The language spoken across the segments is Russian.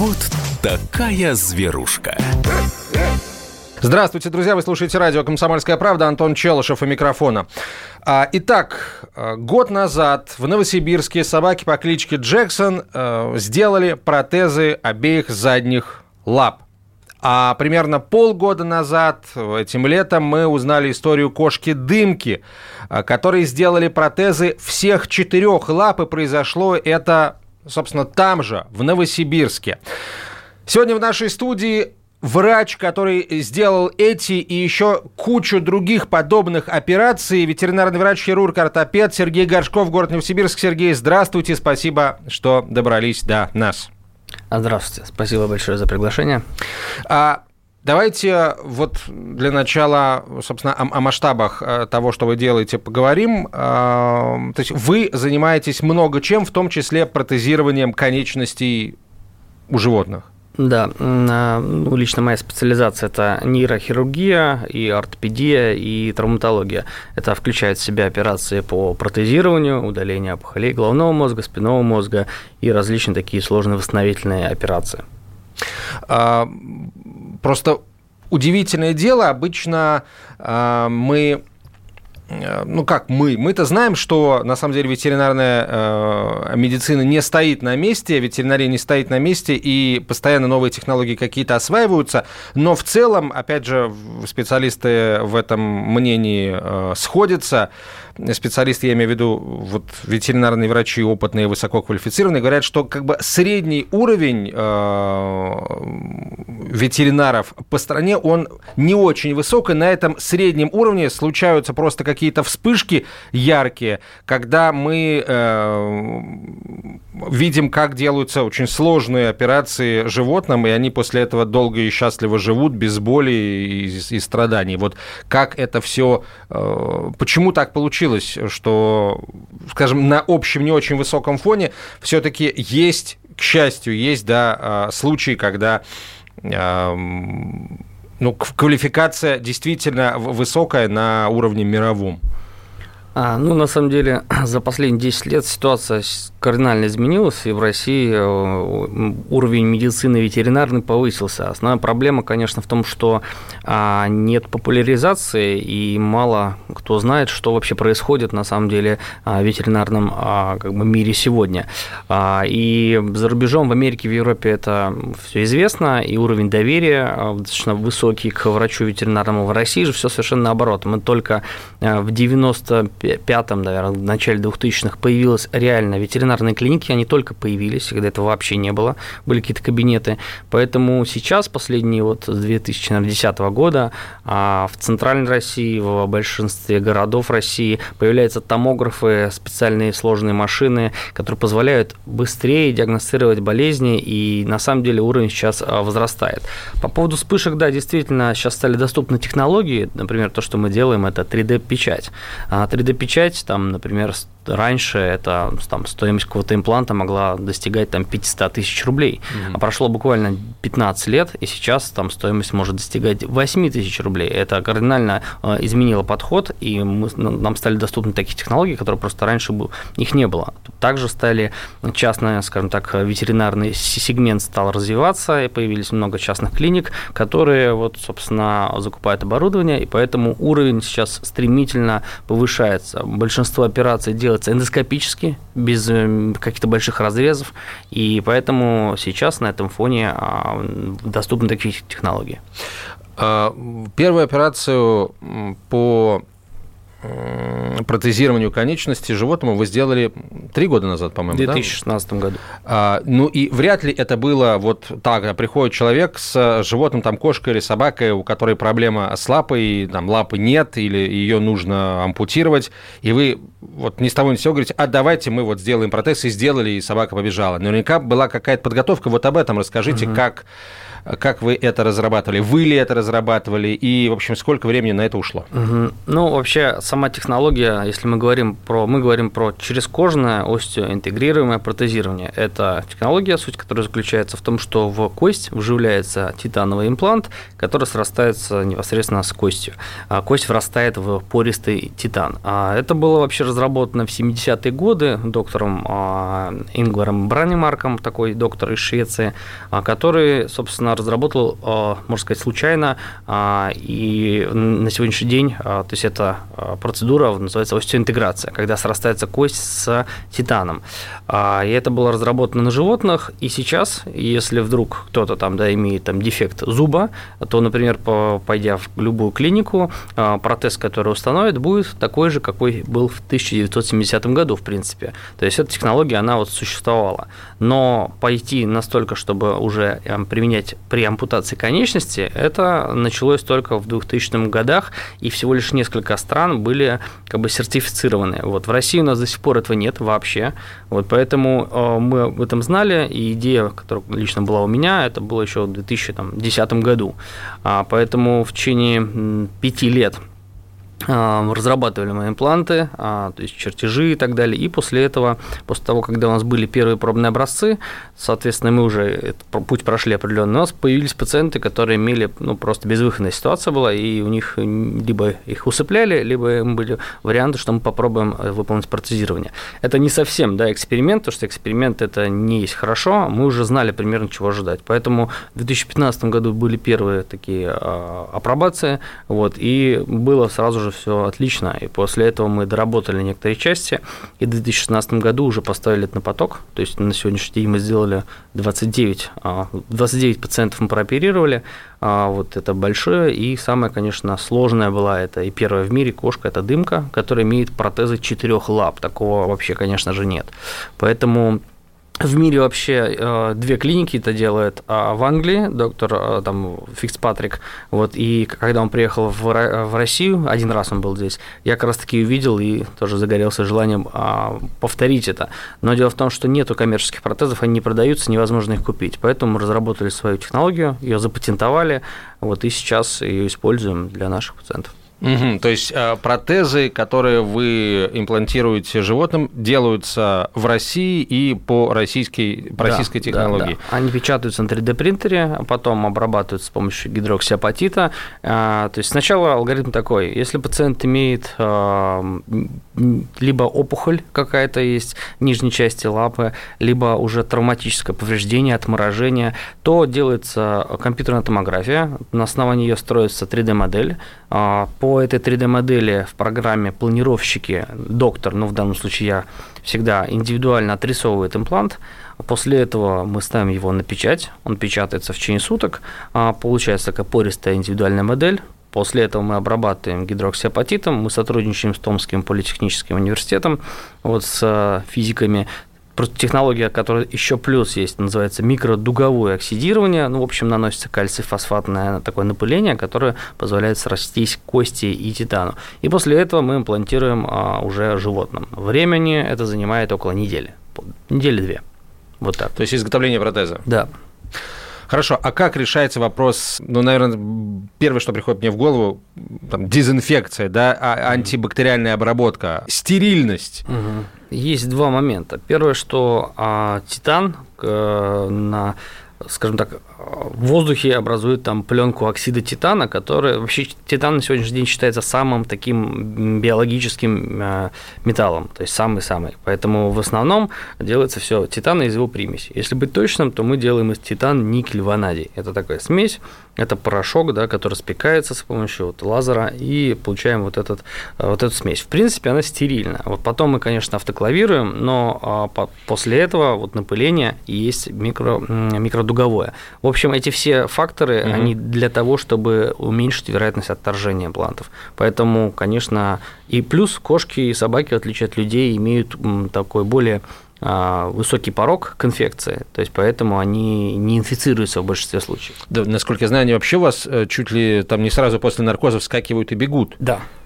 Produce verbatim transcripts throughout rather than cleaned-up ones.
Вот такая зверушка. Здравствуйте, друзья, вы слушаете радио «Комсомольская правда», Антон Челышев у микрофона. Итак, год назад в Новосибирске собаки по кличке Джексон сделали протезы обеих задних лап. А примерно полгода назад, этим летом, мы узнали историю кошки Дымки, которые сделали протезы всех четырех лап, и произошло это, собственно, там же, в Новосибирске. Сегодня в нашей студии врач, который сделал эти и еще кучу других подобных операций, ветеринарный врач-хирург, ортопед Сергей Горшков, город Новосибирск. Сергей, здравствуйте, спасибо, что добрались до нас. Здравствуйте, спасибо большое за приглашение. А, давайте вот для начала, собственно, о, о масштабах того, что вы делаете, поговорим. А, то есть вы занимаетесь много чем, в том числе протезированием конечностей у животных. Да, ну, лично моя специализация – это нейрохирургия, и ортопедия, и травматология. Это включает в себя операции по протезированию, удалению опухолей головного мозга, спинного мозга и различные такие сложные восстановительные операции. А, просто удивительное дело, обычно а, мы… Ну как мы? Мы-то знаем, что на самом деле ветеринарная э, медицина не стоит на месте, ветеринария не стоит на месте, и постоянно новые технологии какие-то осваиваются, но в целом, опять же, специалисты в этом мнении э, сходятся. Специалисты, я имею в виду вот, ветеринарные врачи, опытные, высококвалифицированные, говорят, что как бы средний уровень э, ветеринаров по стране, он не очень высок, и на этом среднем уровне случаются просто какие-то вспышки яркие, когда мы э, видим, как делаются очень сложные операции животным, и они после этого долго и счастливо живут, без боли и, и страданий. Вот как это все, э, почему так получилось? Что, скажем, на общем не очень высоком фоне все-таки есть, к счастью, есть, да, случаи, когда ну, квалификация действительно высокая на уровне мировом. А, ну, на самом деле, за последние десять лет ситуация кардинально изменилась, и в России уровень медицины ветеринарной повысился. Основная проблема, конечно, в том, что нет популяризации, и мало кто знает, что вообще происходит на самом деле в ветеринарном как бы, мире сегодня. И за рубежом, в Америке, в Европе это все известно, и уровень доверия достаточно высокий к врачу ветеринарному. В России же все совершенно наоборот. Мы только в девяносто пятом, наверное, в начале двухтысячных появилась реально ветеринарные клиники, они только появились, когда этого вообще не было, были какие-то кабинеты, поэтому сейчас, последние вот с две тысячи десятого года, в центральной России, в большинстве городов России появляются томографы, специальные сложные машины, которые позволяют быстрее диагностировать болезни, и на самом деле уровень сейчас возрастает. По поводу вспышек, да, действительно, сейчас стали доступны технологии, например, то, что мы делаем, это три дэ-печать. три дэ-печать, там, например, раньше это, там, стоимость какого-то импланта могла достигать там, пятьсот тысяч рублей, mm-hmm. а прошло буквально пятнадцать лет, и сейчас там стоимость может достигать восемь тысяч рублей. Это кардинально изменило подход, и мы, нам стали доступны такие технологии, которые просто раньше их не было. Также стали частные, скажем так, ветеринарный сегмент стал развиваться, и появились много частных клиник, которые, вот, собственно, закупают оборудование, и поэтому уровень сейчас стремительно повышается. Большинство операций делается эндоскопически, без каких-то больших разрезов, и поэтому сейчас на этом фоне доступны такие технологии. Первую операцию по протезированию конечностей животному вы сделали три года назад, по-моему, да? В две тысячи шестнадцатом году. А, ну и вряд ли это было вот так, приходит человек с животным, там, кошкой или собакой, у которой проблема с лапой, там, лапы нет, или ее нужно ампутировать, и вы вот ни с того ни с сего говорите, а давайте мы вот сделаем протез, и сделали, и собака побежала. Наверняка была какая-то подготовка, вот об этом расскажите, угу. как как вы это разрабатывали, вы ли это разрабатывали, и, в общем, сколько времени на это ушло? Угу. Ну, вообще, сама технология, если мы говорим про, мы говорим про черезкожное остеоинтегрируемое протезирование. Это технология, суть которой заключается в том, что в кость вживляется титановый имплант, который срастается непосредственно с костью. Кость врастает в пористый титан. Это было вообще разработано в семидесятые годы доктором Ингваром Бранимарком, такой доктор из Швеции, который, собственно, разработал, можно сказать, случайно, и на сегодняшний день, то есть это процедура называется остеоинтеграция, когда срастается кость с титаном. И это было разработано на животных, и сейчас, если вдруг кто-то там, да, имеет там дефект зуба, то, например, пойдя в любую клинику, протез, который установят, будет такой же, какой был в тысяча девятьсот семидесятом году, в принципе. То есть эта технология, она вот существовала. Но пойти настолько, чтобы уже применять при ампутации конечности, это началось только в двухтысячных годах, и всего лишь несколько стран были как бы сертифицированы. Вот в России у нас до сих пор этого нет вообще. Вот поэтому мы об этом знали, и идея, которая лично была у меня, это было еще в две тысячи десятом году. Поэтому в течение пяти лет разрабатывали мы импланты, то есть чертежи и так далее, и после этого, после того, когда у нас были первые пробные образцы, соответственно, мы уже этот путь прошли определенно, у нас появились пациенты, которые имели, ну, просто безвыходная ситуация была, и у них либо их усыпляли, либо были варианты, что мы попробуем выполнить протезирование. Это не совсем, да, эксперимент, потому что эксперимент – это не есть хорошо, мы уже знали примерно, чего ожидать, поэтому в две тысячи пятнадцатом году были первые такие апробации, вот, и было сразу же все отлично, и после этого мы доработали некоторые части, и в две тысячи шестнадцатом году уже поставили это на поток, то есть на сегодняшний день мы сделали двадцать девять, двадцать девять пациентов мы прооперировали, вот это большое, и самое, конечно, сложное была, это и первая в мире кошка, это дымка, которая имеет протезы четырех лап, такого вообще, конечно же, нет, поэтому... В мире вообще две клиники это делают, а в Англии доктор там, Фицпатрик, вот, и когда он приехал в Россию, один раз он был здесь, я как раз таки увидел и тоже загорелся желанием повторить это. Но дело в том, что нету коммерческих протезов, они не продаются, невозможно их купить, поэтому мы разработали свою технологию, ее запатентовали, вот, и сейчас ее используем для наших пациентов. Угу, то есть протезы, которые вы имплантируете животным, делаются в России и по российской, по российской да, технологии? Да, да. Они печатаются на три дэ принтере, а потом обрабатываются с помощью гидроксиапатита. То есть сначала алгоритм такой: если пациент имеет либо опухоль какая-то есть в нижней части лапы, либо уже травматическое повреждение, отморожение, то делается компьютерная томография, на основании ее строится три дэ модель. По этой три дэ модели в программе планировщики доктор, ну в данном случае я, всегда индивидуально отрисовывает имплант. После этого мы ставим его на печать, он печатается в течение суток, получается такая пористая индивидуальная модель. После этого мы обрабатываем гидроксиапатитом, мы сотрудничаем с Томским политехническим университетом, вот, с физиками. Просто технология, которая еще плюс есть, называется микродуговое оксидирование. Ну, в общем, наносится кальций-фосфатное такое напыление, которое позволяет срастись кости и титану. И после этого мы имплантируем а, уже животным. Времени это занимает около недели, недели-две. Вот так. То есть изготовление протеза? Да. Хорошо, а как решается вопрос, ну, наверное, первое, что приходит мне в голову, там, дезинфекция, да, антибактериальная обработка, стерильность. Угу. Есть два момента. Первое, что а, титан а, на, скажем так, в воздухе образует там пленку оксида титана, которая вообще титан на сегодняшний день считается самым таким биологическим э, металлом, то есть самый-самый. Поэтому в основном делается все титан из его примеси. Если быть точным, то мы делаем из титан никель ванадий. Это такая смесь, это порошок, да, который спекается с помощью вот лазера, и получаем вот, этот, вот эту смесь. В принципе, она стерильна. Вот потом мы, конечно, автоклавируем, но а, по, после этого вот напыление есть микро, микродуговое. В общем, эти все факторы, mm-hmm. они для того, чтобы уменьшить вероятность отторжения имплантов. Поэтому, конечно, и плюс кошки и собаки, в отличие от людей, имеют такой более высокий порог к инфекции, то есть поэтому они не инфицируются в большинстве случаев. Да, насколько я знаю, они вообще у вас чуть ли там не сразу после наркоза вскакивают и бегут. Да.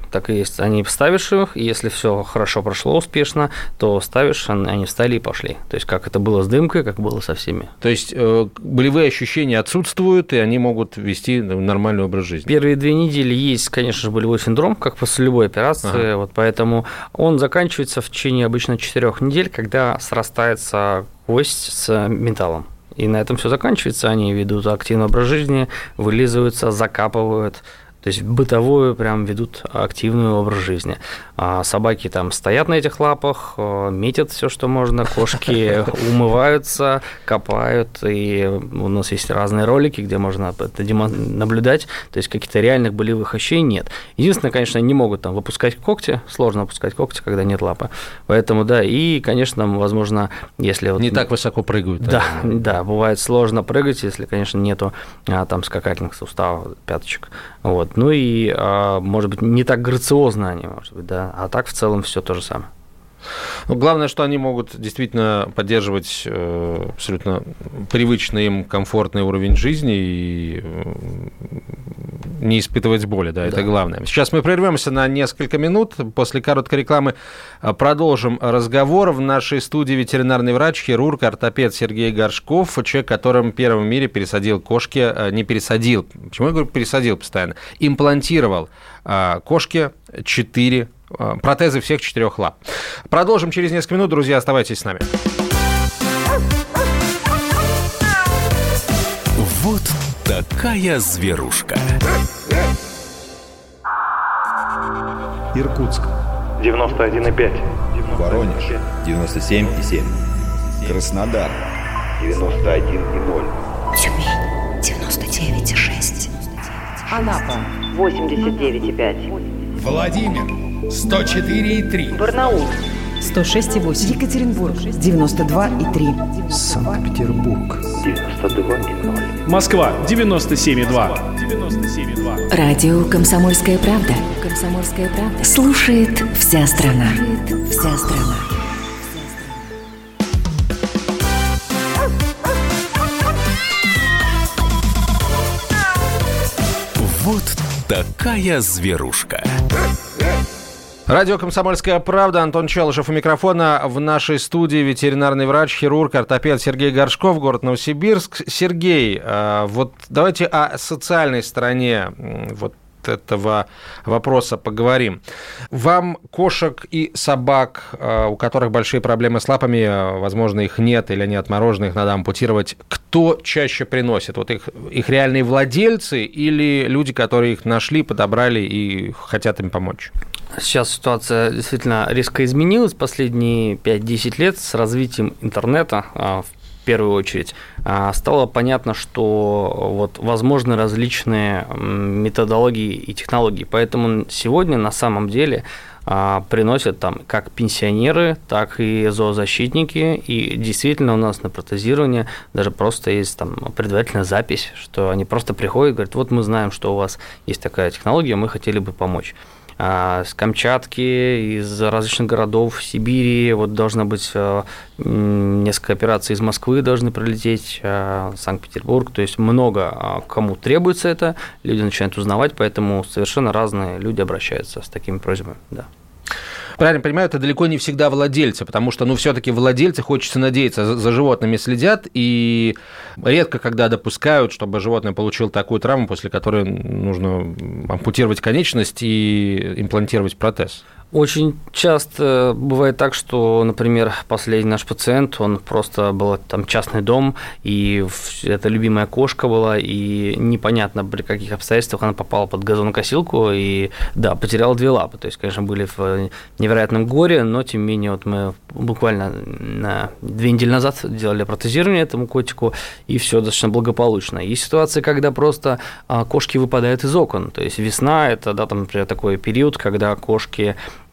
так и есть. Они ставишь их, и если все хорошо прошло успешно, то ставишь, они встали и пошли. То есть как это было с дымкой, как было со всеми. То есть э, болевые ощущения отсутствуют, и они могут вести нормальный образ жизни? Первые две недели есть, конечно же, болевой синдром, как после любой операции, ага. вот поэтому он заканчивается в течение обычно четырех недель, когда срастается кость с металлом. И на этом все заканчивается, они ведут активный образ жизни, вылизываются, закапывают. То есть бытовую прям ведут активный образ жизни. А собаки там стоят на этих лапах, метят все, что можно, кошки умываются, копают, и у нас есть разные ролики, где можно это наблюдать, то есть каких-то реальных болевых ощущений нет. Единственное, конечно, они не могут там выпускать когти, сложно выпускать когти, когда нет лапы. Поэтому, да, и, конечно, возможно, если... Не вот, так высоко прыгают. Да, наверное. Да, бывает сложно прыгать, если, конечно, нету а, там скакательных суставов, пяточек. Вот. Ну и, может быть, не так грациозно они, может быть, да, а так в целом все то же самое. Ну, главное, что они могут действительно поддерживать э, абсолютно привычный им комфортный уровень жизни и э, не испытывать боли, да, да, это главное. Сейчас мы прервемся на несколько минут, после короткой рекламы продолжим разговор. В нашей студии ветеринарный врач, хирург, ортопед Сергей Горшков, человек, которым первым в мире пересадил кошки, не пересадил, почему я говорю пересадил постоянно, имплантировал кошке четыре протезы всех четырех лап. Продолжим через несколько минут, друзья, оставайтесь с нами. Вот такая зверушка. Иркутск девяносто один и пять. Воронеж девяносто семь и семь. Краснодар девяносто один и ноль. Тюмень девяносто девять и шесть. Анапа восемьдесят девять и пять. Владимир сто четыре и три. Барнаул сто шесть и восемь. Екатеринбург девяносто два и три. Санкт-Петербург девяносто два и ноль. Москва девяносто семь и два. Радио «Комсомольская правда». «Комсомольская правда». Слушает вся страна. Слушает вся страна. Вот такая зверушка. Радио «Комсомольская правда», Антон Челышев у микрофона. В нашей студии ветеринарный врач, хирург, ортопед Сергей Горшков, город Новосибирск. Сергей, вот давайте о социальной стороне вот этого вопроса поговорим. Вам кошек и собак, у которых большие проблемы с лапами, возможно, их нет или они отморожены, их надо ампутировать, кто чаще приносит? Вот их, их реальные владельцы или люди, которые их нашли, подобрали и хотят им помочь? Сейчас ситуация действительно резко изменилась последние пять-десять лет с развитием интернета, в первую очередь. Стало понятно, что вот возможны различные методологии и технологии, поэтому сегодня на самом деле приносят там как пенсионеры, так и зоозащитники, и действительно у нас на протезирование даже просто есть там предварительная запись, что они просто приходят и говорят, вот мы знаем, что у вас есть такая технология, мы хотели бы помочь. С Камчатки, из различных городов, Сибири, вот должна быть несколько операций из Москвы должны прилететь, Санкт-Петербург, то есть много кому требуется это, люди начинают узнавать, поэтому совершенно разные люди обращаются с такими просьбами, да. Правильно понимаю, это далеко не всегда владельцы, потому что, ну, все-таки владельцы, хочется надеяться, за, за животными следят, и редко когда допускают, чтобы животное получило такую травму, после которой нужно ампутировать конечность и имплантировать протез. Очень часто бывает так, что, например, последний наш пациент, он просто был там частный дом, и это любимая кошка была, и непонятно, при каких обстоятельствах она попала под газонокосилку, и, да, потеряла две лапы. То есть, конечно, были в невероятном горе, но, тем не менее, вот мы буквально на две недели назад делали протезирование этому котику, и все достаточно благополучно. Есть ситуации, когда просто кошки выпадают из окон. То есть, весна – это, да, там, например, такой период, когда кошки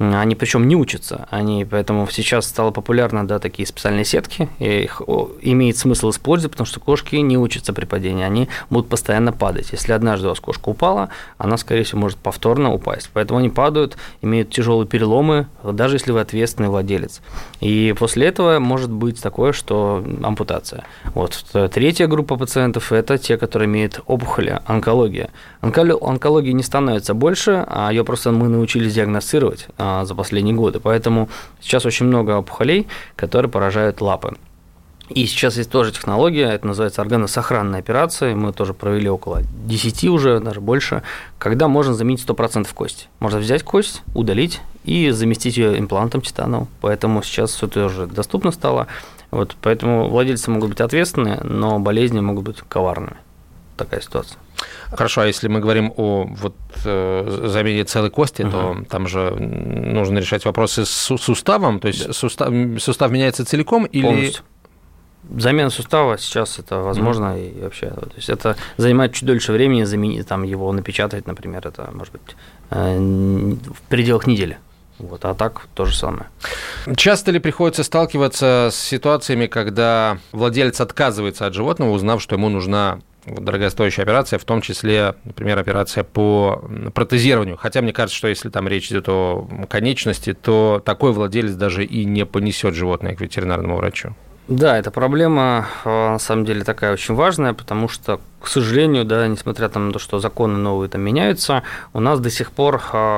Они причем не учатся, они, поэтому сейчас стало популярно, да, такие специальные сетки, и их имеет смысл использовать, потому что кошки не учатся при падении, они будут постоянно падать. Если однажды у вас кошка упала, она, скорее всего, может повторно упасть, поэтому они падают, имеют тяжелые переломы, даже если вы ответственный владелец. И после этого может быть такое, что ампутация. Вот. Третья группа пациентов – это те, которые имеют опухоли, онкология. Онкологии не становится больше, а ее просто мы научились диагностировать за последние годы. Поэтому сейчас очень много опухолей, которые поражают лапы. И сейчас есть тоже технология, это называется органосохранная операция, мы тоже провели около десяти уже, даже больше, когда можно заменить сто процентов кости. Можно взять кость, удалить и заместить ее имплантом титановым. Поэтому сейчас все тоже доступно стало. Вот, поэтому владельцы могут быть ответственны, но болезни могут быть коварными. Такая ситуация. Хорошо, а если мы говорим о вот, э, замене целой кости, угу. то там же нужно решать вопросы с суставом, то есть сустав, сустав меняется целиком или… Полностью. Замена сустава сейчас это возможно, mm-hmm. и вообще, то есть это занимает чуть дольше времени, заменить, там, его напечатать, например, это может быть в пределах недели. Вот, а так то же самое. Часто ли приходится сталкиваться с ситуациями, когда владелец отказывается от животного, узнав, что ему нужна дорогостоящая операция, в том числе, например, операция по протезированию. Хотя мне кажется, что если там речь идет о конечности, то такой владелец даже и не понесет животное к ветеринарному врачу. Да, эта проблема, на самом деле, такая очень важная, потому что, к сожалению, да, несмотря там на то, что законы новые там меняются, у нас до сих пор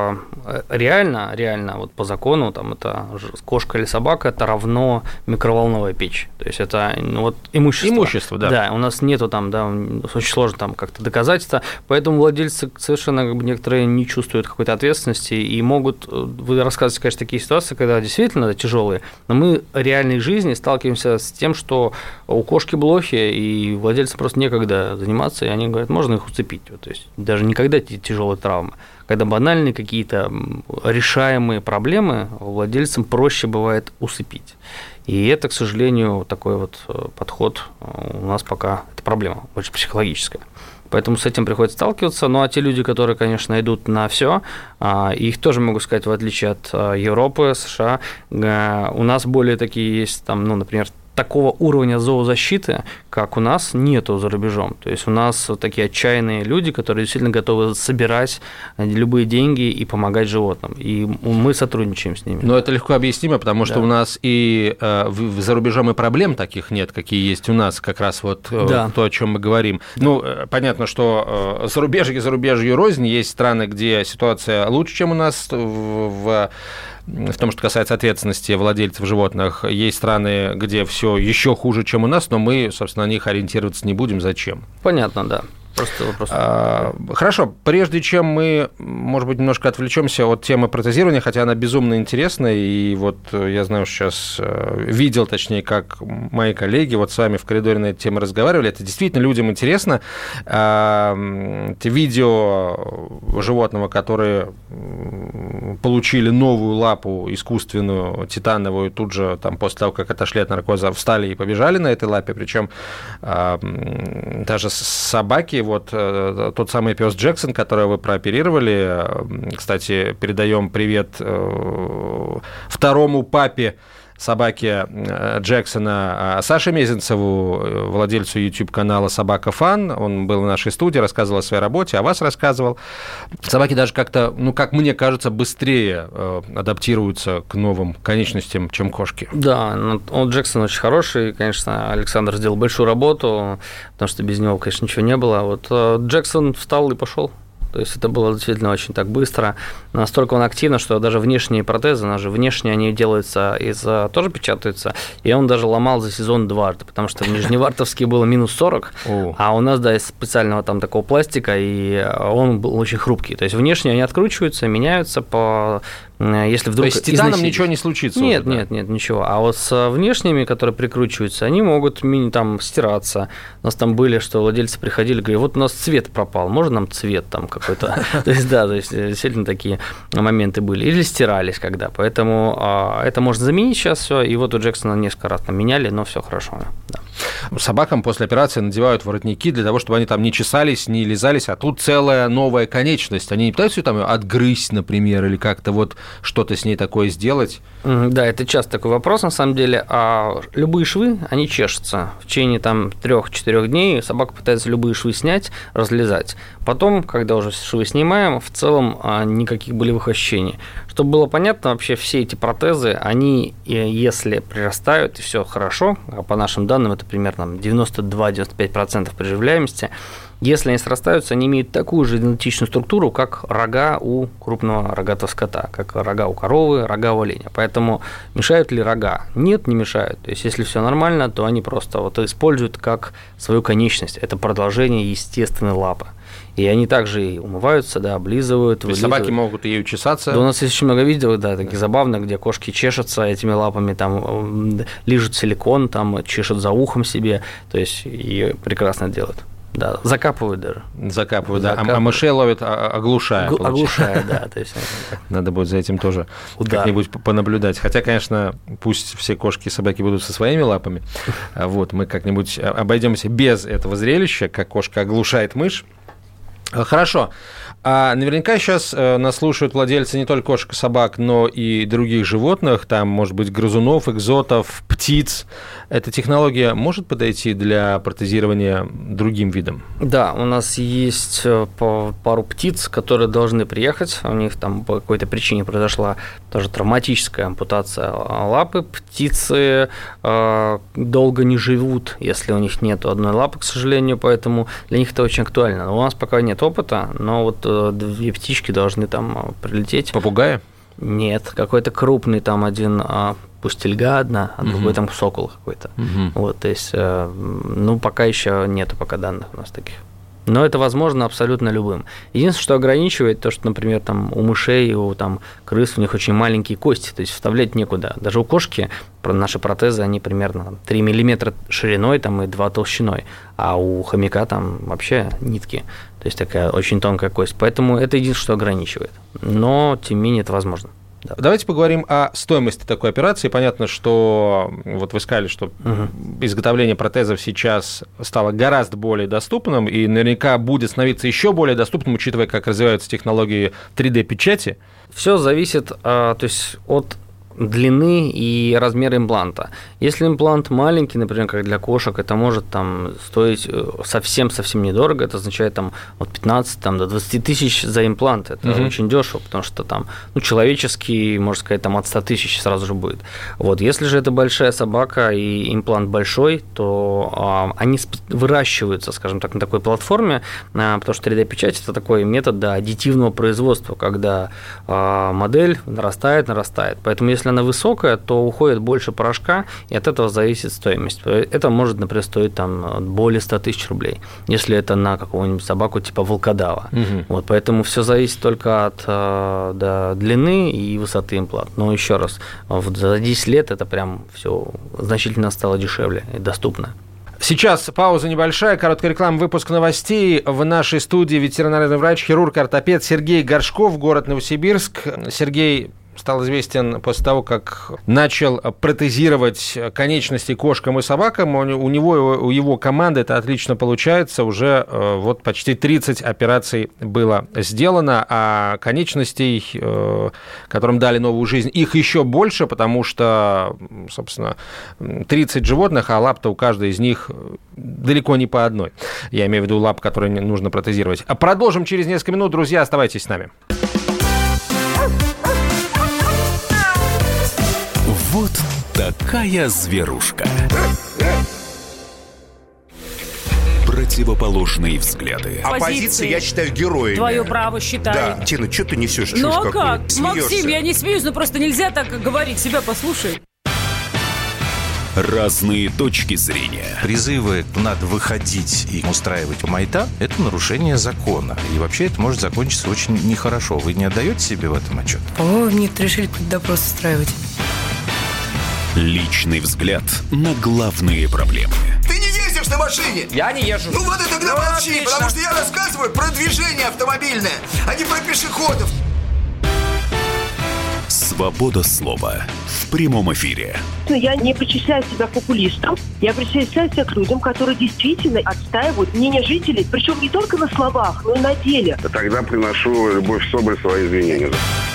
реально, реально, вот по закону, там это кошка или собака, это равно микроволновая печь. То есть это ну, вот имущество. Имущество, да. Да, у нас нету там, да, очень сложно там как-то доказать это, поэтому владельцы совершенно как бы, некоторые не чувствуют какой-то ответственности и могут, вы рассказываете, конечно, такие ситуации, когда действительно это тяжелые, но мы в реальной жизни сталкиваемся с тем, что у кошки блохи, и владельцам просто некогда заниматься, и они говорят, можно их уцепить. То есть даже никогда тяжелые травмы. Когда банальные какие-то решаемые проблемы, владельцам проще бывает усыпить. И это, к сожалению, такой вот подход у нас пока, это проблема, очень психологическая. Поэтому с этим приходится сталкиваться. Ну, а те люди, которые, конечно, идут на все, их тоже, могу сказать, в отличие от Европы, США, у нас более такие есть, там, ну, например, такого уровня зоозащиты, как у нас, нету за рубежом. То есть у нас вот такие отчаянные люди, которые действительно готовы собирать любые деньги и помогать животным. И мы сотрудничаем с ними. Но это легко объяснимо, потому что да. у нас и э, за рубежом и проблем таких нет, какие есть у нас, как раз вот да. то, о чем мы говорим. Ну, понятно, что э, зарубежье зарубежью рознь. Есть страны, где ситуация лучше, чем у нас в, в в том, что касается ответственности владельцев животных. Есть страны, где все еще хуже, чем у нас, но мы, собственно, на них ориентироваться не будем. Зачем? Понятно, да. Просто вопрос. А, хорошо, прежде чем мы, может быть, немножко отвлечемся от темы протезирования, хотя она безумно интересная, и вот я знаю, что сейчас видел, точнее, как мои коллеги вот с вами в коридоре на эту тему разговаривали, это действительно людям интересно. А, те видео животного, которые получили новую лапу искусственную, титановую, тут же там, после того, как отошли от наркоза, встали и побежали на этой лапе, причем а, даже собаки, вот тот самый пес Джексон, которого вы прооперировали, кстати, передаем привет второму папе собаки Джексона Саше Мезенцеву, владельцу YouTube-канала «Собака Фан». Он был в нашей студии, рассказывал о своей работе, о вас рассказывал. Собаки даже как-то, ну, как мне кажется, быстрее адаптируются к новым конечностям, чем кошки. Да, он Джексон очень хороший, конечно, Александр сделал большую работу, потому что без него, конечно, ничего не было. Вот Джексон встал и пошел. То есть это было действительно очень так быстро. Настолько он активно, что даже внешние протезы, даже внешние, они делаются из, тоже печатаются, и он даже ломал за сезон дважды, потому что в Нижневартовске было минус сорок, О. а у нас, да, из специального там такого пластика, и он был очень хрупкий. То есть внешние они откручиваются, меняются по... Если вдруг То есть с титаном износились. Ничего не случится? Нет, уже, да? нет, нет, ничего. А вот с внешними, которые прикручиваются, они могут там стираться. У нас там были, что владельцы приходили, говорят, вот у нас цвет пропал, можно нам цвет там как какой-то. То есть, да, то есть действительно такие моменты были. Или стирались когда. Поэтому это можно заменить сейчас все. И вот у Джексона несколько раз там меняли, но все хорошо. Да. Собакам после операции надевают воротники для того, чтобы они там не чесались, не лизались, а тут целая новая конечность. Они не пытаются ее там отгрызть, например, или как-то вот что-то с ней такое сделать? Да, это часто такой вопрос, на самом деле. А любые швы, они чешутся. В течение там трех-четырех дней собака пытается любые швы снять, разлезать. Потом, когда уже швы снимаем, в целом никаких болевых ощущений. Чтобы было понятно, вообще все эти протезы, они, если прирастают, и все хорошо, а по нашим данным это примерно девяносто два - девяносто пять процентов приживляемости, если они срастаются, они имеют такую же идентичную структуру, как рога у крупного рогатого скота, как рога у коровы, рога у оленя. Поэтому мешают ли рога? Нет, не мешают. То есть, если все нормально, то они просто вот используют как свою конечность. Это продолжение естественной лапы. И они также и умываются, да, облизывают. То есть собаки могут ею чесаться? Да, у нас есть очень много видео, да, таких забавных, где кошки чешутся этими лапами, там лижут силикон, там чешут за ухом себе, то есть и прекрасно делают. Да, закапывают даже. Закапывают, да. Закапывают. А мышей ловят, оглушая. Г- оглушая, да. То есть, надо будет за этим тоже удар. Как-нибудь понаблюдать. Хотя, конечно, пусть все кошки и собаки будут со своими лапами. Вот, мы как-нибудь обойдемся без этого зрелища, как кошка оглушает мышь. Хорошо. А наверняка сейчас нас слушают владельцы не только кошек и собак, но и других животных, там, может быть, грызунов, экзотов, птиц. Эта технология может подойти для протезирования другим видам? Да, у нас есть пару птиц, которые должны приехать. У них там по какой-то причине произошла тоже травматическая ампутация лапы. Птицы долго не живут, если у них нет одной лапы, к сожалению, поэтому для них это очень актуально. У нас пока нет опыта, но вот две птички должны там прилететь. Попугаи? Нет, какой-то крупный там один, пустельга одна, а другой угу. там сокол какой-то. Угу. Вот, то есть, ну, пока еще нету пока данных у нас таких. Но это возможно абсолютно любым. Единственное, что ограничивает, то, что, например, там, у мышей, у там, крыс, у них очень маленькие кости, то есть вставлять некуда. Даже у кошки наши протезы, они примерно три миллиметра шириной там, и два толщиной, а у хомяка там вообще нитки. То есть такая очень тонкая кость. Поэтому это единственное, что ограничивает. Но, тем не менее, это возможно. Да. Давайте поговорим о стоимости такой операции. Понятно, что вот вы сказали, что угу. изготовление протезов сейчас стало гораздо более доступным и наверняка будет становиться еще более доступным, учитывая, как развиваются технологии три дэ-печати. Все зависит то есть, от длины и размера импланта. Если имплант маленький, например, как для кошек, это может там, стоить совсем-совсем недорого, это означает там, от пятнадцати там, до двадцати тысяч за имплант. Это угу. очень дешево, потому что там ну, человеческий, можно сказать, там, от ста тысяч сразу же будет. Вот. Если же это большая собака и имплант большой, то а, они выращиваются, скажем так, на такой платформе, а, потому что три дэ-печать – это такой метод да, аддитивного производства, когда а, модель нарастает, нарастает. Поэтому если она высокая, то уходит больше порошка, и от этого зависит стоимость. Это может, например, стоить там, более ста тысяч рублей, если это на какую-нибудь собаку типа волкодава. Угу. Вот, поэтому все зависит только от да, длины и высоты импланта. Но еще раз, за десять лет это прям все значительно стало дешевле и доступно. Сейчас пауза небольшая, короткая реклама, выпуск новостей. В нашей студии ветеринарный врач, хирург, ортопед Сергей Горшков, город Новосибирск. Сергей стал известен после того, как начал протезировать конечности кошкам и собакам. У него, у его команды это отлично получается. Уже вот почти тридцать операций было сделано, а конечностей, которым дали новую жизнь, их еще больше, потому что, собственно, тридцать животных, а лап-то у каждой из них далеко не по одной. Я имею в виду лап, которые нужно протезировать. Продолжим через несколько минут. Друзья, оставайтесь с нами. Вот такая зверушка. Противоположные взгляды. Оппозиция, я считаю, героями. Твое право считаю. Да, Тина, что ты несешь? Ну а как? Смеешься? Максим, я не смеюсь, но просто нельзя так говорить. Себя послушай. Разные точки зрения. Призывы «надо выходить и устраивать майдан» – это нарушение закона. И вообще это может закончиться очень нехорошо. Вы не отдаете себе в этом отчет? По-моему, нет, решили какой-то допрос устраивать. Личный взгляд на главные проблемы. Ты не ездишь едешь на машине? Я не езжу. Ну вот и тогда ну, молчи, отлично. потому что я рассказываю про движение автомобильное, а не про пешеходов. Свобода слова в прямом эфире. Я не причисляю себя к популистам, я причисляю себя к людям, которые действительно отстаивают мнение жителей, причем не только на словах, но и на деле. Тогда приношу Любовь Соболь свои извинения.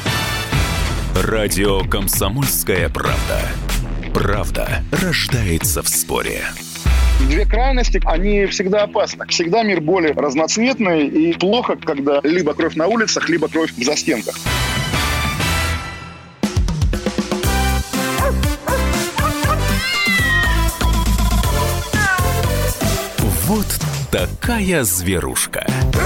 Радио «Комсомольская правда». Правда рождается в споре. Две крайности, они всегда опасны. Всегда мир более разноцветный, и плохо, когда либо кровь на улицах, либо кровь в застенках. Вот такая зверушка.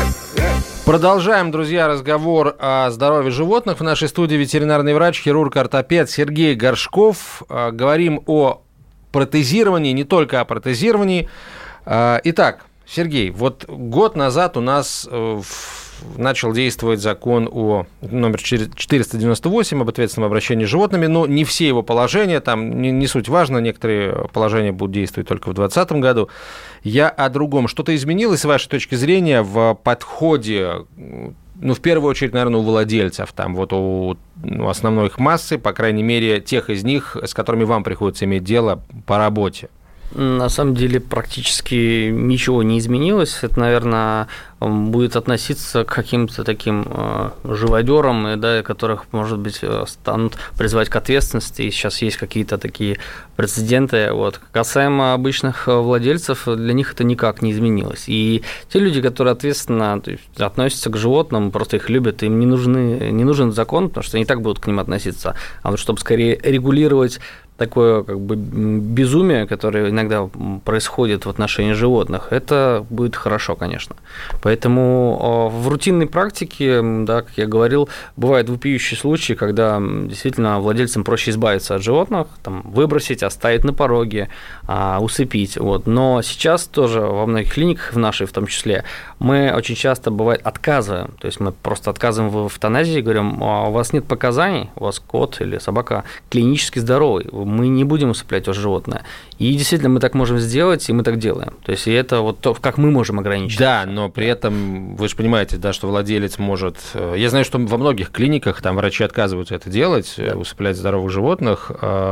Продолжаем, друзья, разговор о здоровье животных. В нашей студии ветеринарный врач, хирург-ортопед Сергей Горшков. Говорим о протезировании, не только о протезировании. Итак, Сергей, вот год назад у нас начал действовать закон о номер четыреста девяносто восемь об ответственном обращении с животными, но не все его положения, там не, не суть важно, некоторые положения будут действовать только в двадцатом году. Я о другом. Что-то изменилось, с вашей точки зрения, в подходе, ну, в первую очередь, наверное, у владельцев, там, вот у ну, основной их массы, по крайней мере, тех из них, с которыми вам приходится иметь дело по работе? На самом деле практически ничего не изменилось. Это, наверное, будет относиться к каким-то таким живодерам, да, которых, может быть, станут призывать к ответственности. И сейчас есть какие-то такие прецеденты. Вот. Касаемо обычных владельцев, для них это никак не изменилось. И те люди, которые ответственно относятся к животным, просто их любят, им не, нужны, не нужен закон, потому что они так будут к ним относиться. А вот чтобы скорее регулировать такое как бы безумие, которое иногда происходит в отношении животных, это будет хорошо, конечно. Поэтому в рутинной практике, да, как я говорил, бывают вопиющие случаи, когда действительно владельцам проще избавиться от животных, там, выбросить, оставить на пороге, усыпить. Вот. Но сейчас тоже во многих клиниках, в нашей в том числе, мы очень часто, бывает, отказываем. То есть мы просто отказываем в эвтаназии, говорим, у вас нет показаний, у вас кот или собака клинически здоровый, мы не будем усыплять ваше животное. И действительно, мы так можем сделать, и мы так делаем. То есть, и это вот то, как мы можем ограничить. Да, но при этом, вы же понимаете, да, что владелец может... Я знаю, что во многих клиниках там врачи отказываются это делать, да. усыплять здоровых животных,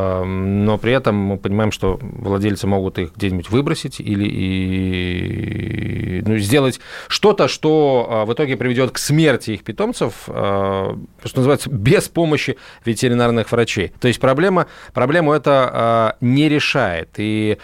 но при этом мы понимаем, что владельцы могут их где-нибудь выбросить или и, ну, сделать что-то, что в итоге приведет к смерти их питомцев, что называется, без помощи ветеринарных врачей. То есть проблема, проблему это не решает. И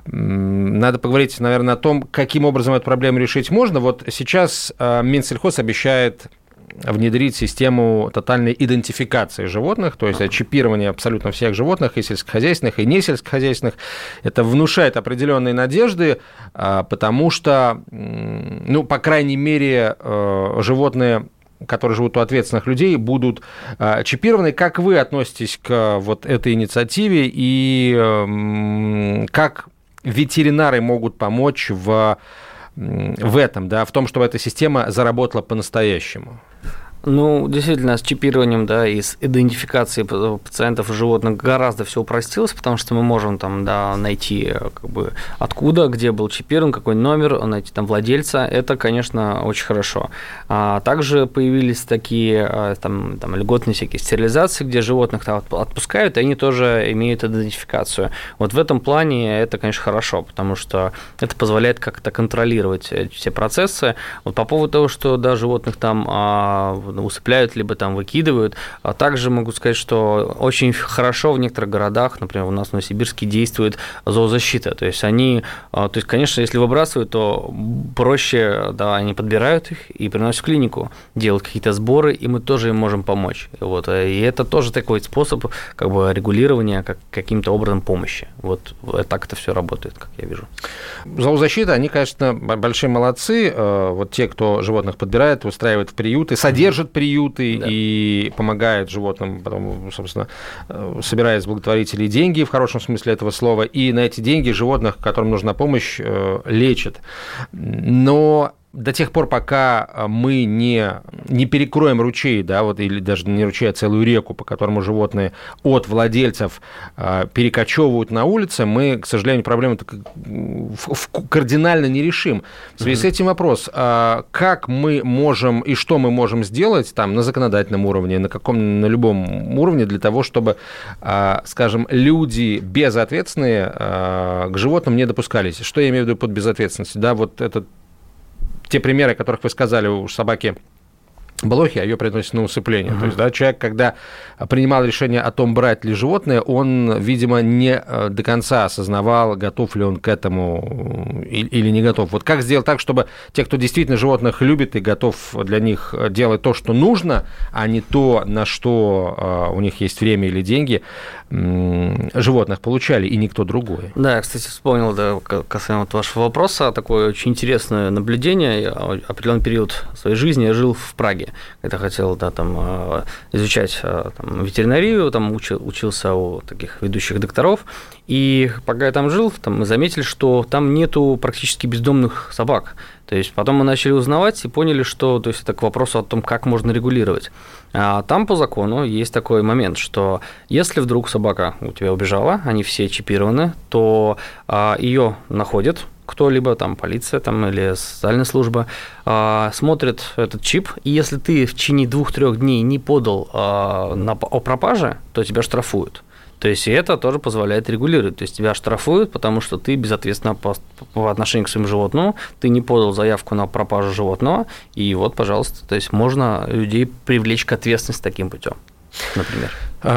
надо поговорить, наверное, о том, каким образом эту проблему решить можно. Вот сейчас Минсельхоз обещает внедрить систему тотальной идентификации животных, то есть чипирование абсолютно всех животных, и сельскохозяйственных, и несельскохозяйственных. Это внушает определенные надежды, потому что, ну, по крайней мере, животные, которые живут у ответственных людей, будут э, чипированы. Как вы относитесь к вот этой инициативе и э, как ветеринары могут помочь в, в этом, да, в том, чтобы эта система заработала по-настоящему? Ну, действительно, с чипированием, да, и с идентификацией пациентов и животных гораздо все упростилось, потому что мы можем там, да, найти как бы откуда, где был чипирован, какой номер, найти там владельца. Это, конечно, очень хорошо. А также появились такие там, там льготные всякие стерилизации, где животных там отпускают, и они тоже имеют идентификацию. Вот в этом плане это, конечно, хорошо, потому что это позволяет как-то контролировать все процессы. Вот по поводу того, что, да, животных там усыпляют, либо там выкидывают. А также могу сказать, что очень хорошо в некоторых городах, например, у нас в Новосибирске действует зоозащита. То есть они, то есть, конечно, если выбрасывают, то проще, да, они подбирают их и приносят в клинику, делают какие-то сборы, и мы тоже им можем помочь. Вот. И это тоже такой способ как бы регулирования, как, каким-то образом помощи. Вот так это все работает, как я вижу. Зоозащита, они, конечно, большие молодцы. Вот те, кто животных подбирает, устраивает в приюты, содержит приюты, да, и помогает животным, потом, собственно, собирает с благотворителей деньги, в хорошем смысле этого слова, и на эти деньги животных, которым нужна помощь, лечат. Но до тех пор, пока мы не, не перекроем ручей, да, вот, или даже не ручей, а целую реку, по которому животные от владельцев перекочевывают на улице, мы, к сожалению, проблему кардинально не решим. В связи mm-hmm. с этим вопрос, как мы можем и что мы можем сделать там на законодательном уровне, на каком, на любом уровне для того, чтобы, скажем, люди безответственные к животным не допускались. Что я имею в виду под безответственностью? Да, вот это те примеры, о которых вы сказали, у собаки блохи, а ее приносят на усыпление. Uh-huh. То есть, да, человек, когда принимал решение о том, брать ли животное, он, видимо, не до конца осознавал, готов ли он к этому или не готов. Вот как сделать так, чтобы те, кто действительно животных любит и готов для них делать то, что нужно, а не то, на что у них есть время или деньги, животных получали, и никто другой. Да, я, кстати, вспомнил, да, касаемо вот вашего вопроса, такое очень интересное наблюдение. Я определенный период своей жизни я жил в Праге, когда хотел, да, там, изучать там, ветеринарию, там учил, учился у таких ведущих докторов, и пока я там жил, там, мы заметили, что там нету практически бездомных собак. То есть потом мы начали узнавать и поняли, что, то есть это к вопросу о том, как можно регулировать. А там по закону есть такой момент, что если вдруг собака у тебя убежала, они все чипированы, то а, ее находят кто-либо, там полиция там, или социальная служба, а, смотрит этот чип, и если ты в течение двух-трех дней не подал а, на, о пропаже, то тебя штрафуют. То есть, и это тоже позволяет регулировать. То есть, тебя штрафуют, потому что ты безответственно по, по отношению к своему животному, ты не подал заявку на пропажу животного, и вот, пожалуйста, то есть, можно людей привлечь к ответственности таким путем, например.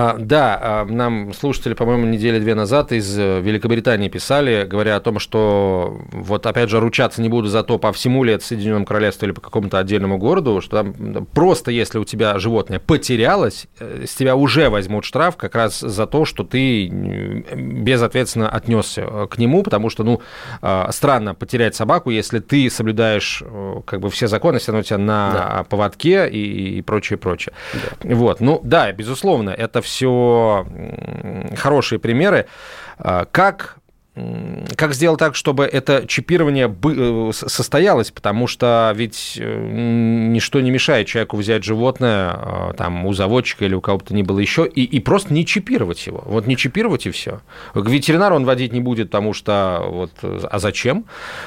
Да, нам слушатели, по-моему, недели две назад из Великобритании писали, говоря о том, что вот опять же ручаться не буду за то, по всему ли это Соединенному Королевству или по какому-то отдельному городу, что там просто если у тебя животное потерялось, с тебя уже возьмут штраф как раз за то, что ты безответственно отнесся к нему, потому что, ну, странно потерять собаку, если ты соблюдаешь как бы все законы, все равно у тебя на да. поводке и, и прочее, прочее. Да. Вот, ну да, безусловно, это все хорошие примеры. Как, как сделать так, чтобы это чипирование состоялось? Потому что ведь ничто не мешает человеку взять животное там, у заводчика или у кого-то ни было еще и, и просто не чипировать его. Вот не чипировать и все. К ветеринару он водить не будет, потому что вот, а зачем?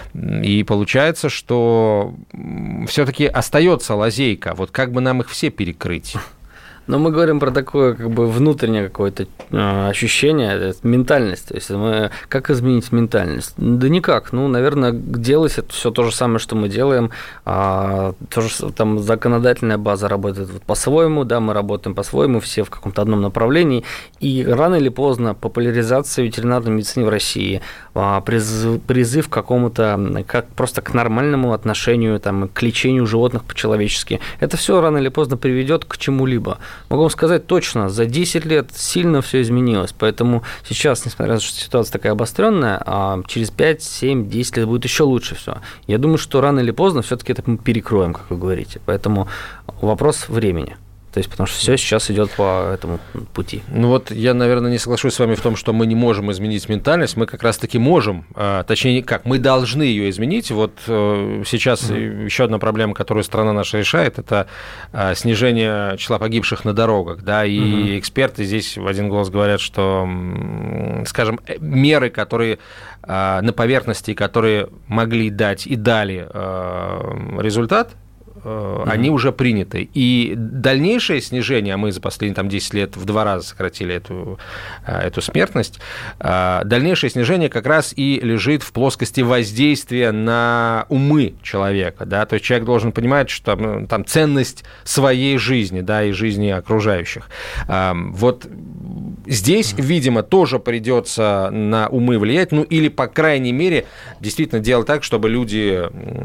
И получается, что все-таки остается лазейка. Вот как бы нам их все перекрыть? Но мы говорим про такое как бы внутреннее какое-то ощущение, ментальность. То есть мы как изменить ментальность? Да никак. Ну, наверное, делать это все то же самое, что мы делаем. А, тоже там законодательная база работает вот по-своему, да, мы работаем по-своему, все в каком-то одном направлении. И рано или поздно популяризация ветеринарной медицины в России, призыв, призыв к какому-то, как просто к нормальному отношению, там, к лечению животных по-человечески, это все рано или поздно приведет к чему-либо. Могу вам сказать точно, за десять лет сильно все изменилось, поэтому сейчас, несмотря на то, что ситуация такая обостренная, через пять, семь, десять лет будет еще лучше все. Я думаю, что рано или поздно все-таки это мы перекроем, как вы говорите, поэтому вопрос времени. То есть, потому что все сейчас идет по этому пути. Ну вот я, наверное, не соглашусь с вами в том, что мы не можем изменить ментальность. Мы как раз-таки можем, точнее, как, мы должны ее изменить. Вот сейчас mm-hmm. еще одна проблема, которую страна наша решает, это снижение числа погибших на дорогах. Да, и mm-hmm. эксперты здесь в один голос говорят, что, скажем, меры, которые на поверхности, которые могли дать и дали результат, Mm-hmm. они уже приняты. И дальнейшее снижение, а мы за последние там, десять лет в два раза сократили эту, эту смертность, дальнейшее снижение как раз и лежит в плоскости воздействия на умы человека. Да? То есть человек должен понимать, что там, там ценность своей жизни, да, и жизни окружающих. Вот здесь, видимо, тоже придется на умы влиять, ну или, по крайней мере, действительно делать так, чтобы люди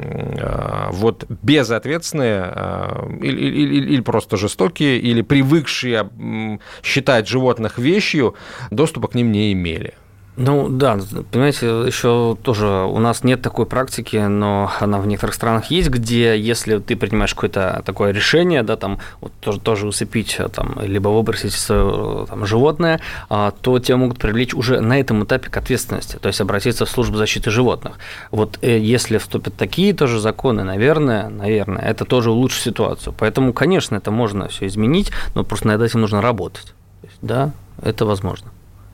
вот безответственные Или, или, или просто жестокие, или привыкшие считать животных вещью, доступа к ним не имели. Ну да, понимаете, еще тоже у нас нет такой практики, но она в некоторых странах есть, где если ты принимаешь какое-то такое решение, да, там вот, тоже, тоже усыпить там, либо выбросить свое там, животное, то тебя могут привлечь уже на этом этапе к ответственности, то есть обратиться в службу защиты животных. Вот если вступят такие тоже законы, наверное, наверное, это тоже улучшит ситуацию. Поэтому, конечно, это можно все изменить, но просто над этим нужно работать. То есть, да, это возможно.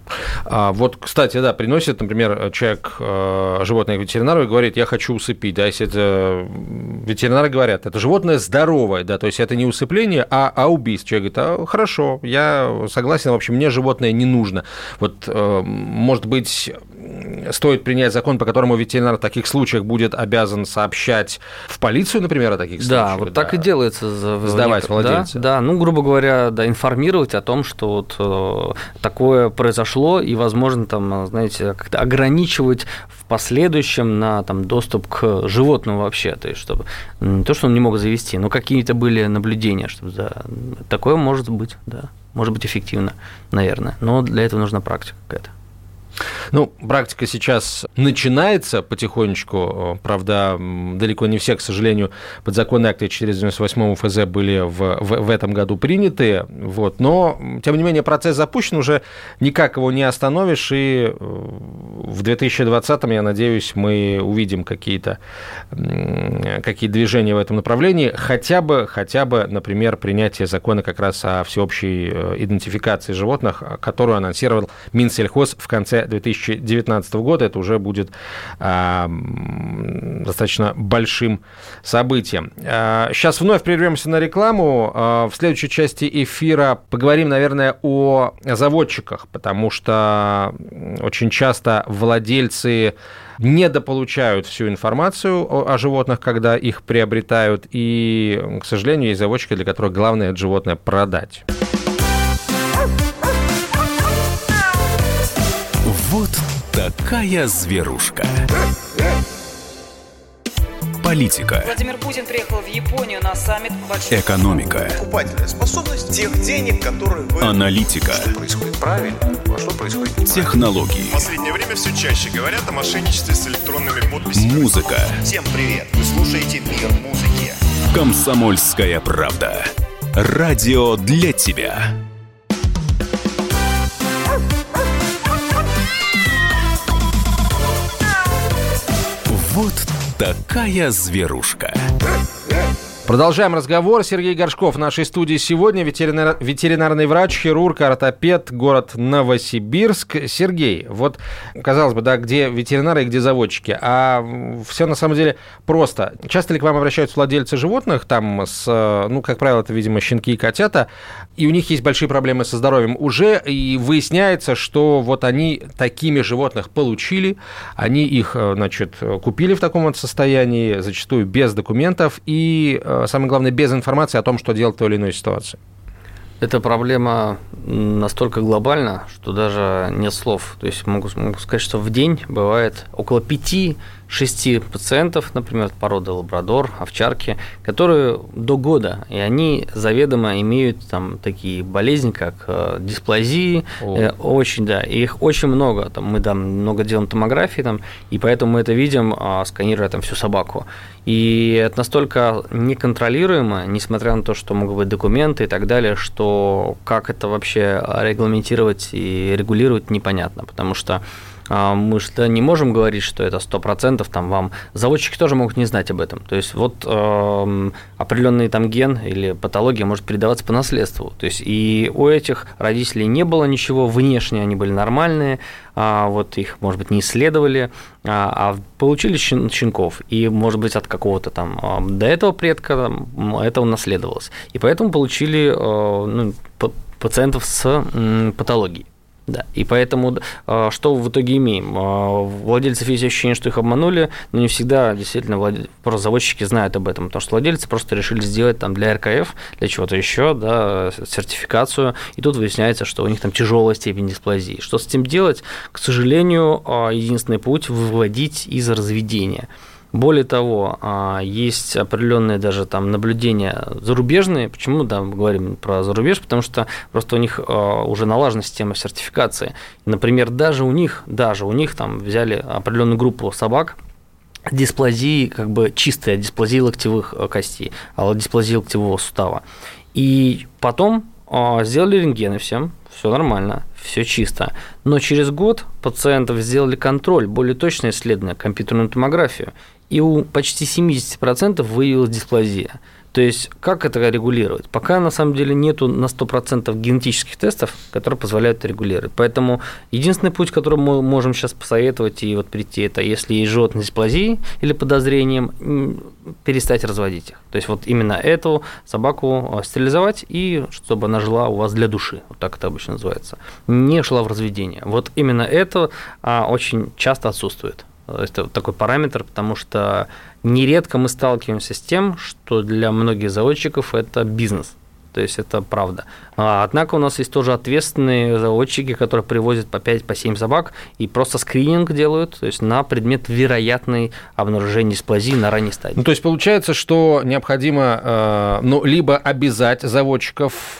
А вот, кстати, да, приносит, например, человек животное к ветеринару и говорит, я хочу усыпить, да, если это ветеринары говорят, это животное здоровое, да, то есть это не усыпление, а, а убийство. Человек говорит, а, хорошо, я согласен, в общем, мне животное не нужно. Вот, может быть, стоит принять закон, по которому ветеринар в таких случаях будет обязан сообщать в полицию, например, о таких случаях. Да, вот да. так и делается. Сдавать владельца. Да, да, ну, грубо говоря, да, информировать о том, что вот такое произошло, и, возможно, там, знаете, как-то ограничивать в последующем на там, доступ к животному вообще, то есть, чтобы не то, что он не мог завести, но какие-то были наблюдения, чтобы да, такое может быть, да, может быть эффективно, наверное, но для этого нужна практика какая-то. Ну, практика сейчас начинается потихонечку, правда, далеко не все, к сожалению, подзаконные акты четыреста девяносто восемь эф зэ были в, в, в этом году приняты, вот, но, тем не менее, процесс запущен, уже никак его не остановишь, и в две тысячи двадцатом, я надеюсь, мы увидим какие-то какие движения в этом направлении, хотя бы, хотя бы, например, принятие закона как раз о всеобщей идентификации животных, которую анонсировал Минсельхоз в конце две тысячи девятнадцатого года. Это уже будет а, достаточно большим событием. А, сейчас вновь прервемся на рекламу. А, в следующей части эфира поговорим, наверное, о заводчиках, потому что очень часто владельцы недополучают всю информацию о, о животных, когда их приобретают, и, к сожалению, есть заводчики, для которых главное это животное продать. Вот такая зверушка. Политика. Владимир Путин приехал в Японию на саммит большой... Экономика. Покупательная способность тех денег, которые вы... Аналитика. Что происходит правильно, а что происходит неправильно. Технологии. В последнее время все чаще говорят о мошенничестве с электронными подписями. Музыка. Всем привет, вы слушаете «Мир музыки». Комсомольская правда. Радио для тебя. Вот такая зверушка. Продолжаем разговор. Сергей Горшков в нашей студии сегодня, ветеринар, ветеринарный врач, хирург, ортопед, город Новосибирск. Сергей, вот, казалось бы, да, где ветеринары и где заводчики, а все на самом деле просто. Часто ли к вам обращаются владельцы животных, там, с, ну, как правило, это, видимо, щенки и котята, и у них есть большие проблемы со здоровьем уже, и выясняется, что вот они такими животных получили, они их, значит, купили в таком вот состоянии, зачастую без документов, и самое главное, без информации о том, что делать в той или иной ситуации. Эта проблема настолько глобальна, что даже нет слов. То есть могу, могу сказать, что в день бывает около пяти-шести пациентов, например, породы лабрадор, овчарки, которые до года, и они заведомо имеют там такие болезни, как дисплазии, э, очень, да, и их очень много. Там, мы там много делаем томографии, там, и поэтому мы это видим, сканируя там всю собаку. И это настолько неконтролируемо, несмотря на то, что могут быть документы и так далее, что как это вообще регламентировать и регулировать непонятно, потому что мы же не можем говорить, что это сто процентов, там вам заводчики тоже могут не знать об этом. То есть вот э, определенный там ген или патология может передаваться по наследству. То есть и у этих родителей не было ничего, внешне они были нормальные, а вот их, может быть, не исследовали, а, а получили щен, щенков, и, может быть, от какого-то там до этого предка там, это унаследовалось. И поэтому получили э, ну, пациентов с м, патологией. Да, и поэтому что в итоге имеем? Владельцев есть ощущение, что их обманули, но не всегда действительно влад... просто заводчики знают об этом, потому что владельцы просто решили сделать там для эр ка эф, для чего-то еще, да, сертификацию, и тут выясняется, что у них там тяжелая степень дисплазии. Что с этим делать? К сожалению, единственный путь – выводить из разведения. Более того, есть определенные даже там наблюдения зарубежные. Почему, да, мы говорим про зарубеж? Потому что просто у них уже налажена система сертификации. Например, даже у них, даже у них там взяли определенную группу собак, дисплазии, как бы чистая дисплазия локтевых костей, дисплазия локтевого сустава. И потом сделали рентгены всем, все нормально, все чисто. Но через год пациентов сделали контроль, более точное исследование, компьютерную томографию, и у почти семьдесят процентов выявилась дисплазия. То есть, как это регулировать? Пока, на самом деле, нету на сто процентов генетических тестов, которые позволяют это регулировать. Поэтому единственный путь, который мы можем сейчас посоветовать и вот прийти, это если есть животные с дисплазией или подозрением, перестать разводить их. То есть, вот именно эту собаку стерилизовать, и чтобы она жила у вас для души, вот так это обычно называется, не шла в разведение. Вот именно это очень часто отсутствует. Это такой параметр, потому что нередко мы сталкиваемся с тем, что для многих заводчиков это бизнес, то есть это правда. Однако у нас есть тоже ответственные заводчики, которые привозят по пять, по семь собак и просто скрининг делают, то есть на предмет вероятной обнаружения дисплазии на ранней стадии. Ну, то есть получается, что необходимо ну, либо обязать заводчиков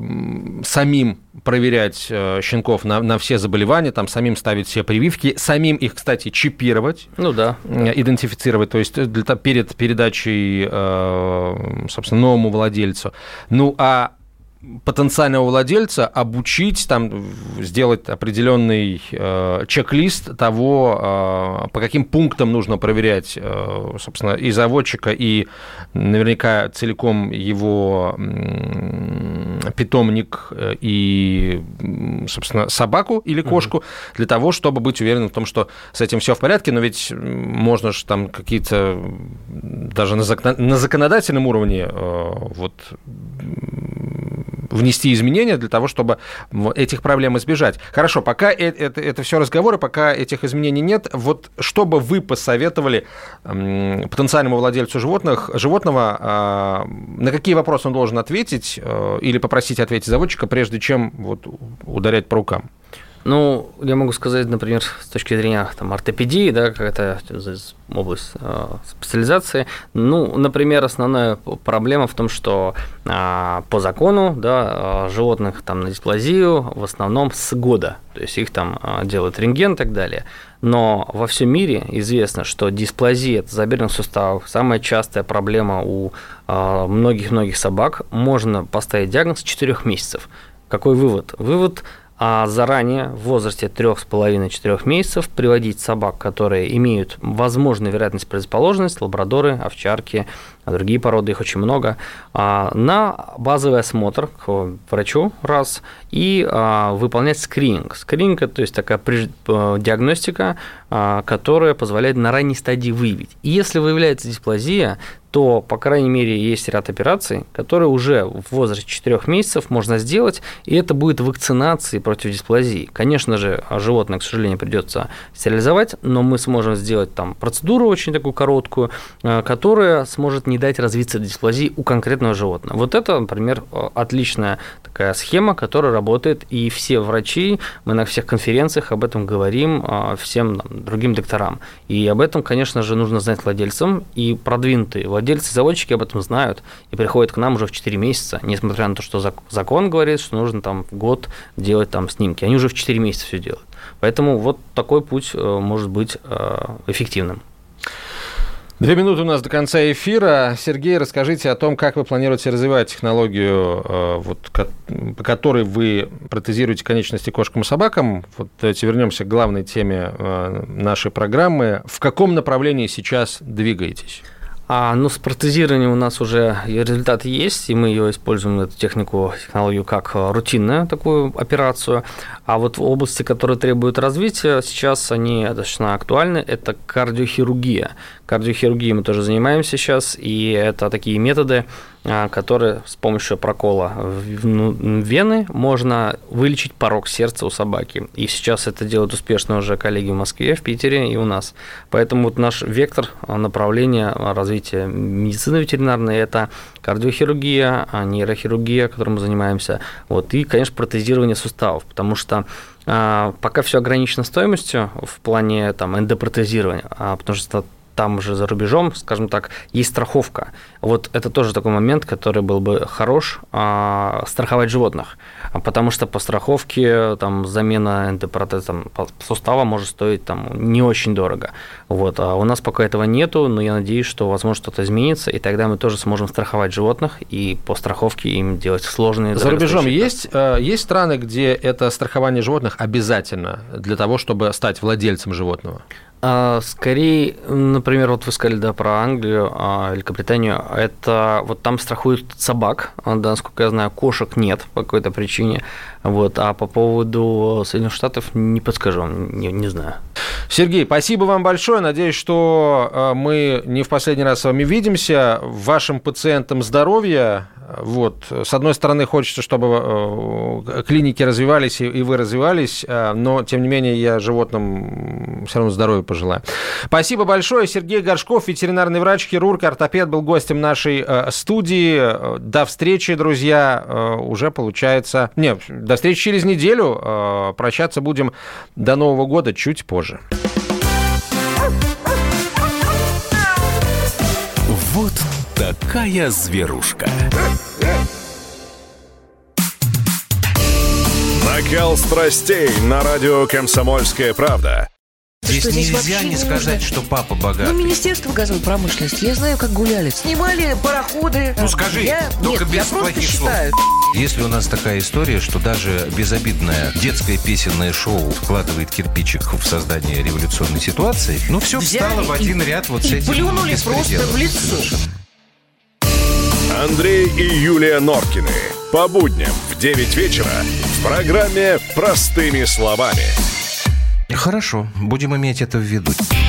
самим проверять щенков на, на все заболевания, там самим ставить все прививки, самим их, кстати, чипировать, ну, да. идентифицировать, то есть для, перед передачей, собственно, новому владельцу. Ну, а потенциального владельца обучить, там, сделать определенный э, чек-лист того, э, по каким пунктам нужно проверять, э, собственно, и заводчика, и наверняка целиком его э, питомник и, собственно, собаку или кошку, mm-hmm. для того, чтобы быть уверенным в том, что с этим все в порядке, но ведь можно же там какие-то, даже на, закон... на законодательном уровне э, вот внести изменения для того, чтобы этих проблем избежать. Хорошо, пока это, это, это все разговоры, пока этих изменений нет, вот что бы вы посоветовали потенциальному владельцу животных, животного, на какие вопросы он должен ответить или попросить ответить заводчика, прежде чем вот ударять по рукам? Ну, я могу сказать, например, с точки зрения там, ортопедии, да, какая-то область э, специализации. Ну, например, основная проблема в том, что э, по закону, да, животных там, на дисплазию в основном с года, то есть их там э, делают рентген и так далее. Но во всем мире известно, что дисплазия тазобедренных суставов самая частая проблема у э, многих-многих собак. Можно поставить диагноз с четырёх месяцев. Какой вывод? Вывод – а заранее в возрасте трех с половиной - четырёх месяцев приводить собак, которые имеют возможную вероятность предрасположенности, лабрадоры, овчарки, а другие породы, их очень много, на базовый осмотр к врачу раз и выполнять скрининг. Скрининг – это то есть такая диагностика, которая позволяет на ранней стадии выявить. И если выявляется дисплазия, то, по крайней мере, есть ряд операций, которые уже в возрасте четырёх месяцев можно сделать, и это будет вакцинацией против дисплазии. Конечно же, животное, к сожалению, придется стерилизовать, но мы сможем сделать там процедуру очень такую короткую, которая сможет не дать развиться дисплазии у конкретного животного. Вот это, например, отличная такая схема, которая работает, и все врачи, мы на всех конференциях об этом говорим всем там, другим докторам. И об этом, конечно же, нужно знать владельцам, и продвинутые владельцы, заводчики об этом знают и приходят к нам уже в четыре месяца, несмотря на то, что закон говорит, что нужно там в год делать там снимки. Они уже в четыре месяца все делают. Поэтому вот такой путь может быть эффективным. Две минуты у нас до конца эфира. Сергей, расскажите о том, как вы планируете развивать технологию, вот, по которой вы протезируете конечности кошкам и собакам. Вот давайте вернемся к главной теме нашей программы. В каком направлении сейчас двигаетесь? А, ну, с протезированием у нас уже результаты есть, и мы ее используем, эту технику, технологию, как рутинную такую операцию. А вот в области, которые требуют развития, сейчас они достаточно актуальны, это кардиохирургия. Кардиохирургией мы тоже занимаемся сейчас, и это такие методы, которые с помощью прокола в вены можно вылечить порок сердца у собаки. И сейчас это делают успешно уже коллеги в Москве, в Питере и у нас. Поэтому вот наш вектор направления развития медицины ветеринарной – это кардиохирургия, нейрохирургия, которой мы занимаемся, вот, и, конечно, протезирование суставов, потому что пока все ограничено стоимостью в плане там, эндопротезирования, потому что там же за рубежом, скажем так, есть страховка. Вот это тоже такой момент, который был бы хорош, а, страховать животных, потому что по страховке там, замена эндопротеза сустава может стоить там, не очень дорого. Вот. А у нас пока этого нету, но я надеюсь, что, возможно, что-то изменится, и тогда мы тоже сможем страховать животных и по страховке им делать сложные... За рубежом есть, есть страны, где это страхование животных обязательно для того, чтобы стать владельцем животного? Скорее, например, вот вы сказали, да, про Англию, Великобританию, это вот там страхуют собак, да, насколько я знаю, кошек нет по какой-то причине, вот, а по поводу Соединенных Штатов не подскажу, не, не знаю. Сергей, спасибо вам большое, надеюсь, что мы не в последний раз с вами видимся, вашим пациентам здоровья. Вот. С одной стороны, хочется, чтобы клиники развивались и вы развивались, но, тем не менее, я животным все равно здоровья пожелаю. Спасибо большое. Сергей Горшков, ветеринарный врач, хирург, ортопед, был гостем нашей студии. До встречи, друзья. Уже получается... Не, до встречи через неделю. Прощаться будем до Нового года чуть позже. Вот такая зверушка. Накал страстей на радио «Комсомольская правда». Здесь что здесь нельзя не, не сказать, что папа богатый. Ну, Министерство газовой промышленности, я знаю, как гуляли. Снимали пароходы. Ну, скажи, я... только Нет, без плохих слов. Если у нас такая история, что даже безобидное детское песенное шоу вкладывает кирпичик в создание революционной ситуации, ну, все встало в один ряд вот с этим. Плюнули просто в лицо. Андрей и Юлия Норкины. По будням в девять вечера в программе «Простыми словами». Хорошо, будем иметь это в виду.